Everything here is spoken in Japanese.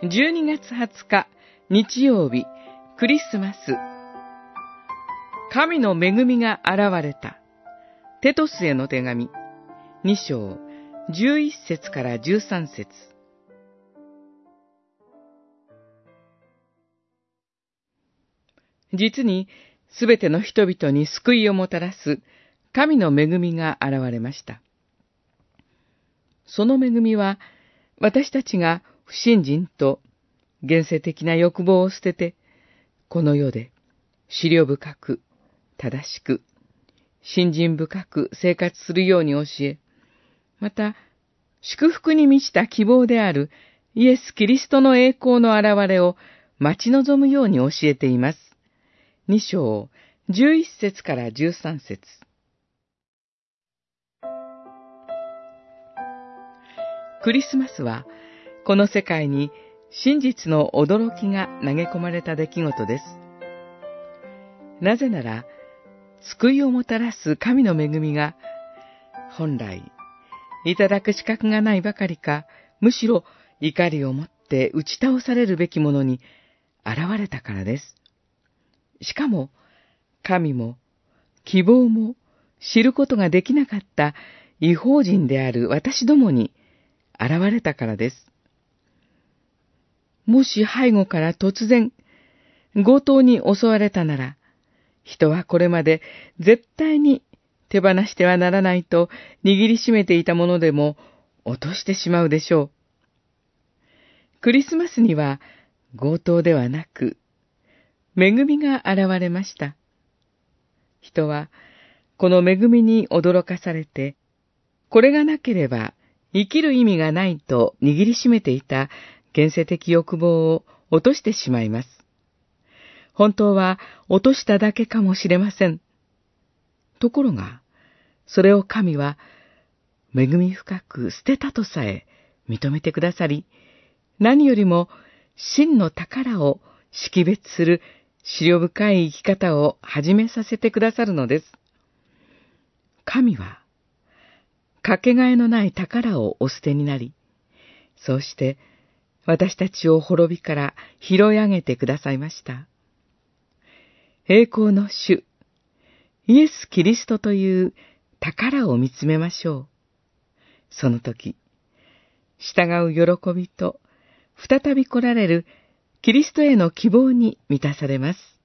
12月20日日曜日、クリスマス。神の恵みが現れた。テトスへの手紙、2章、11節から13節。実に、すべての人々に救いをもたらす神の恵みが現れました。その恵みは、私たちが不信心と現世的な欲望を捨てて、この世で思慮深く、正しく、信心深く生活するように教え、また、祝福に満ちた希望であるイエス・キリストの栄光の現れを待ち望むように教えています。2章、11節から13節。クリスマスは、この世界に真実の驚きが投げ込まれた出来事です。なぜなら、救いをもたらす神の恵みが、本来、いただく資格がないばかりか、むしろ怒りをもって打ち倒されるべきものに現れたからです。しかも、神も希望も知ることができなかった異邦人である私どもに現れたからです。もし背後から突然、強盗に襲われたなら、人はこれまで絶対に手放してはならないと握りしめていたものでも落としてしまうでしょう。クリスマスには強盗ではなく、恵みが現れました。人はこの恵みに驚かされて、これがなければ生きる意味がないと握りしめていた現世的欲望を落としてしまいます。本当は落としただけかもしれません。ところが、それを神は恵み深く捨てたとさえ認めてくださり、何よりも真の宝を識別する思慮深い生き方を始めさせてくださるのです。神は、かけがえのない宝をお捨てになり、そうして私たちを滅びから拾い上げてくださいました。栄光の主、イエス・キリストという宝を見つめましょう。その時、従う喜びと、再び来られるキリストへの希望に満たされます。